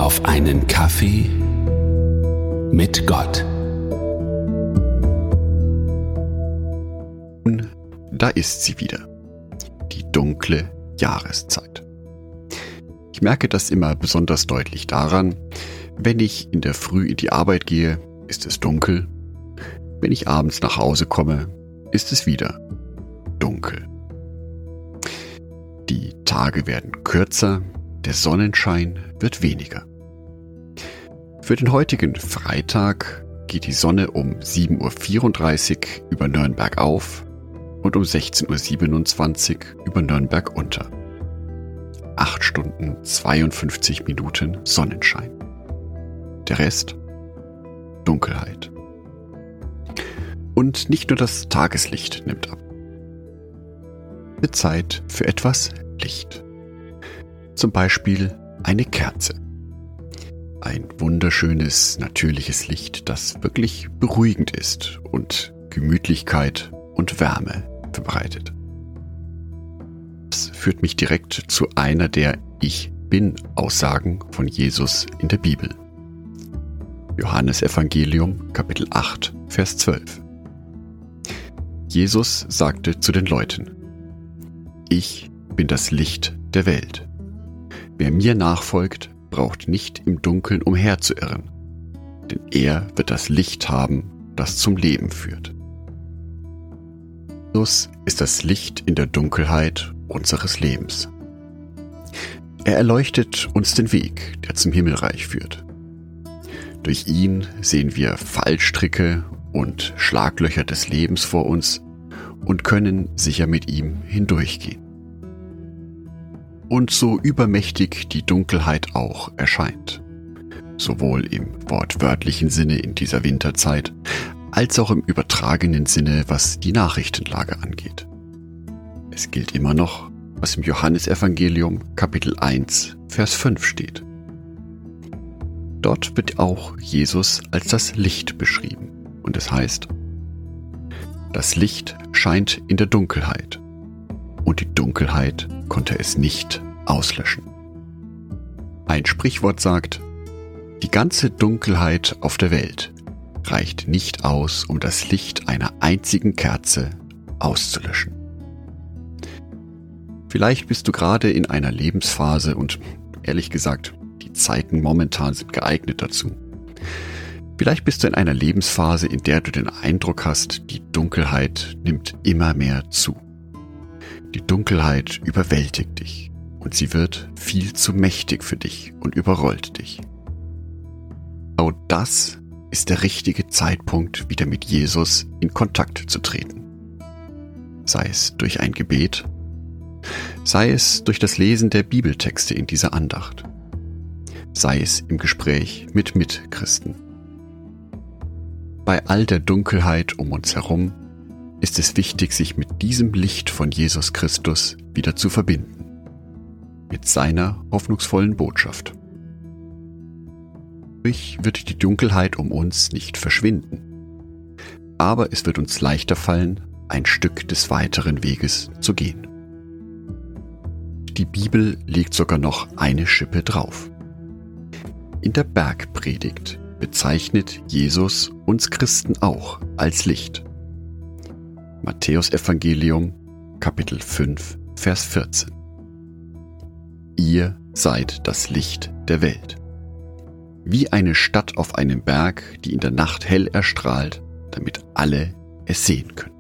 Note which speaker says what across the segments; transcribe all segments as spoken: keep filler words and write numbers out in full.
Speaker 1: auf einen Kaffee mit Gott.
Speaker 2: Da ist sie wieder, die dunkle Jahreszeit. Ich merke das immer besonders deutlich daran, wenn ich in der Früh in die Arbeit gehe, ist es dunkel. Wenn ich abends nach Hause komme, ist es wieder dunkel. Die Tage werden kürzer, der Sonnenschein wird weniger. Für den heutigen Freitag geht die Sonne um sieben Uhr vierunddreißig über Nürnberg auf und um sechzehn Uhr siebenundzwanzig über Nürnberg unter. acht Stunden zweiundfünfzig Minuten Sonnenschein. Der Rest Dunkelheit. Und nicht nur das Tageslicht nimmt ab. Wird Zeit für etwas Licht. Zum Beispiel eine Kerze. Ein wunderschönes, natürliches Licht, das wirklich beruhigend ist und Gemütlichkeit und Wärme verbreitet. Das führt mich direkt zu einer der Ich-Bin-Aussagen von Jesus in der Bibel. Johannesevangelium, Kapitel acht, Vers zwölf. Jesus sagte zu den Leuten: Ich bin das Licht der Welt. Wer mir nachfolgt, braucht nicht im Dunkeln umherzuirren, denn er wird das Licht haben, das zum Leben führt. Jesus ist das Licht in der Dunkelheit unseres Lebens. Er erleuchtet uns den Weg, der zum Himmelreich führt. Durch ihn sehen wir Fallstricke und Schlaglöcher des Lebens vor uns und können sicher mit ihm hindurchgehen. Und so übermächtig die Dunkelheit auch erscheint, sowohl im wortwörtlichen Sinne in dieser Winterzeit, als auch im übertragenen Sinne, was die Nachrichtenlage angeht. Es gilt immer noch, was im Johannesevangelium Kapitel eins, Vers fünf steht. Dort wird auch Jesus als das Licht beschrieben und es heißt: Das Licht scheint in der Dunkelheit und die Dunkelheit konnte es nicht auslöschen. Ein Sprichwort sagt: Die ganze Dunkelheit auf der Welt reicht nicht aus, um das Licht einer einzigen Kerze auszulöschen. Vielleicht bist du gerade in einer Lebensphase und ehrlich gesagt, die Zeiten momentan sind geeignet dazu. Vielleicht bist du in einer Lebensphase, in der du den Eindruck hast, die Dunkelheit nimmt immer mehr zu. Die Dunkelheit überwältigt dich und sie wird viel zu mächtig für dich und überrollt dich. Genau das ist der richtige Zeitpunkt, wieder mit Jesus in Kontakt zu treten. Sei es durch ein Gebet, sei es durch das Lesen der Bibeltexte in dieser Andacht, sei es im Gespräch mit Mitchristen. Bei all der Dunkelheit um uns herum ist es wichtig, sich mit diesem Licht von Jesus Christus wieder zu verbinden, mit seiner hoffnungsvollen Botschaft. Dadurch wird die Dunkelheit um uns nicht verschwinden, aber es wird uns leichter fallen, ein Stück des weiteren Weges zu gehen. Die Bibel legt sogar noch eine Schippe drauf. In der Bergpredigt bezeichnet Jesus uns Christen auch als Licht. Matthäusevangelium, Kapitel fünf, Vers vierzehn. Ihr seid das Licht der Welt. Wie eine Stadt auf einem Berg, die in der Nacht hell erstrahlt, damit alle es sehen können.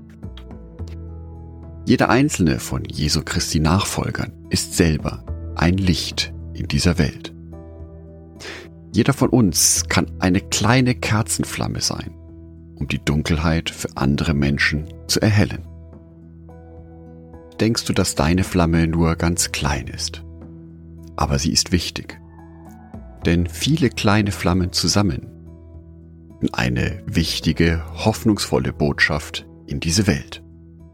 Speaker 2: Jeder einzelne von Jesu Christi Nachfolgern ist selber ein Licht in dieser Welt. Jeder von uns kann eine kleine Kerzenflamme sein, um die Dunkelheit für andere Menschen zu erhellen. Denkst du, dass deine Flamme nur ganz klein ist? Aber sie ist wichtig. Denn viele kleine Flammen zusammen bringen eine wichtige, hoffnungsvolle Botschaft in diese Welt.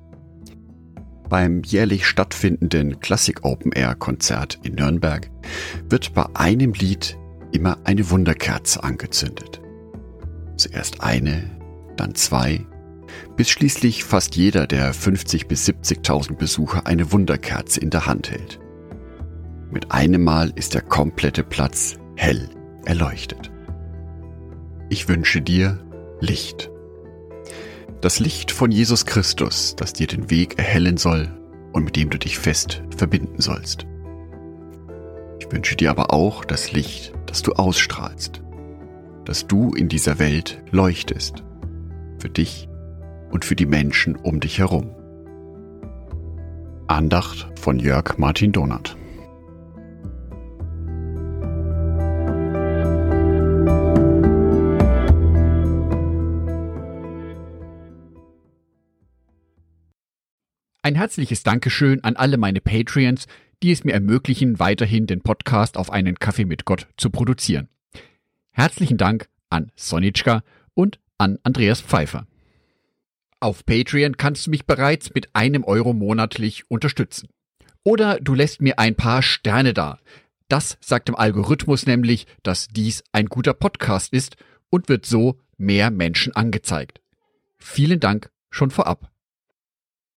Speaker 2: Beim jährlich stattfindenden Classic Open Air Konzert in Nürnberg wird bei einem Lied immer eine Wunderkerze angezündet. Zuerst eine, dann zwei, bis schließlich fast jeder der fünfzigtausend bis siebzigtausend Besucher eine Wunderkerze in der Hand hält. Mit einem Mal ist der komplette Platz hell erleuchtet. Ich wünsche dir Licht. Das Licht von Jesus Christus, das dir den Weg erhellen soll und mit dem du dich fest verbinden sollst. Ich wünsche dir aber auch das Licht, das du ausstrahlst, dass du in dieser Welt leuchtest, für dich und für die Menschen um dich herum. Andacht von Jörg Martin Donath.
Speaker 3: Ein herzliches Dankeschön an alle meine Patreons, die es mir ermöglichen, weiterhin den Podcast auf einen Kaffee mit Gott zu produzieren. Herzlichen Dank an Sonitschka und an Andreas Pfeiffer. Auf Patreon kannst du mich bereits mit einem Euro monatlich unterstützen. Oder du lässt mir ein paar Sterne da. Das sagt dem Algorithmus nämlich, dass dies ein guter Podcast ist und wird so mehr Menschen angezeigt. Vielen Dank schon vorab.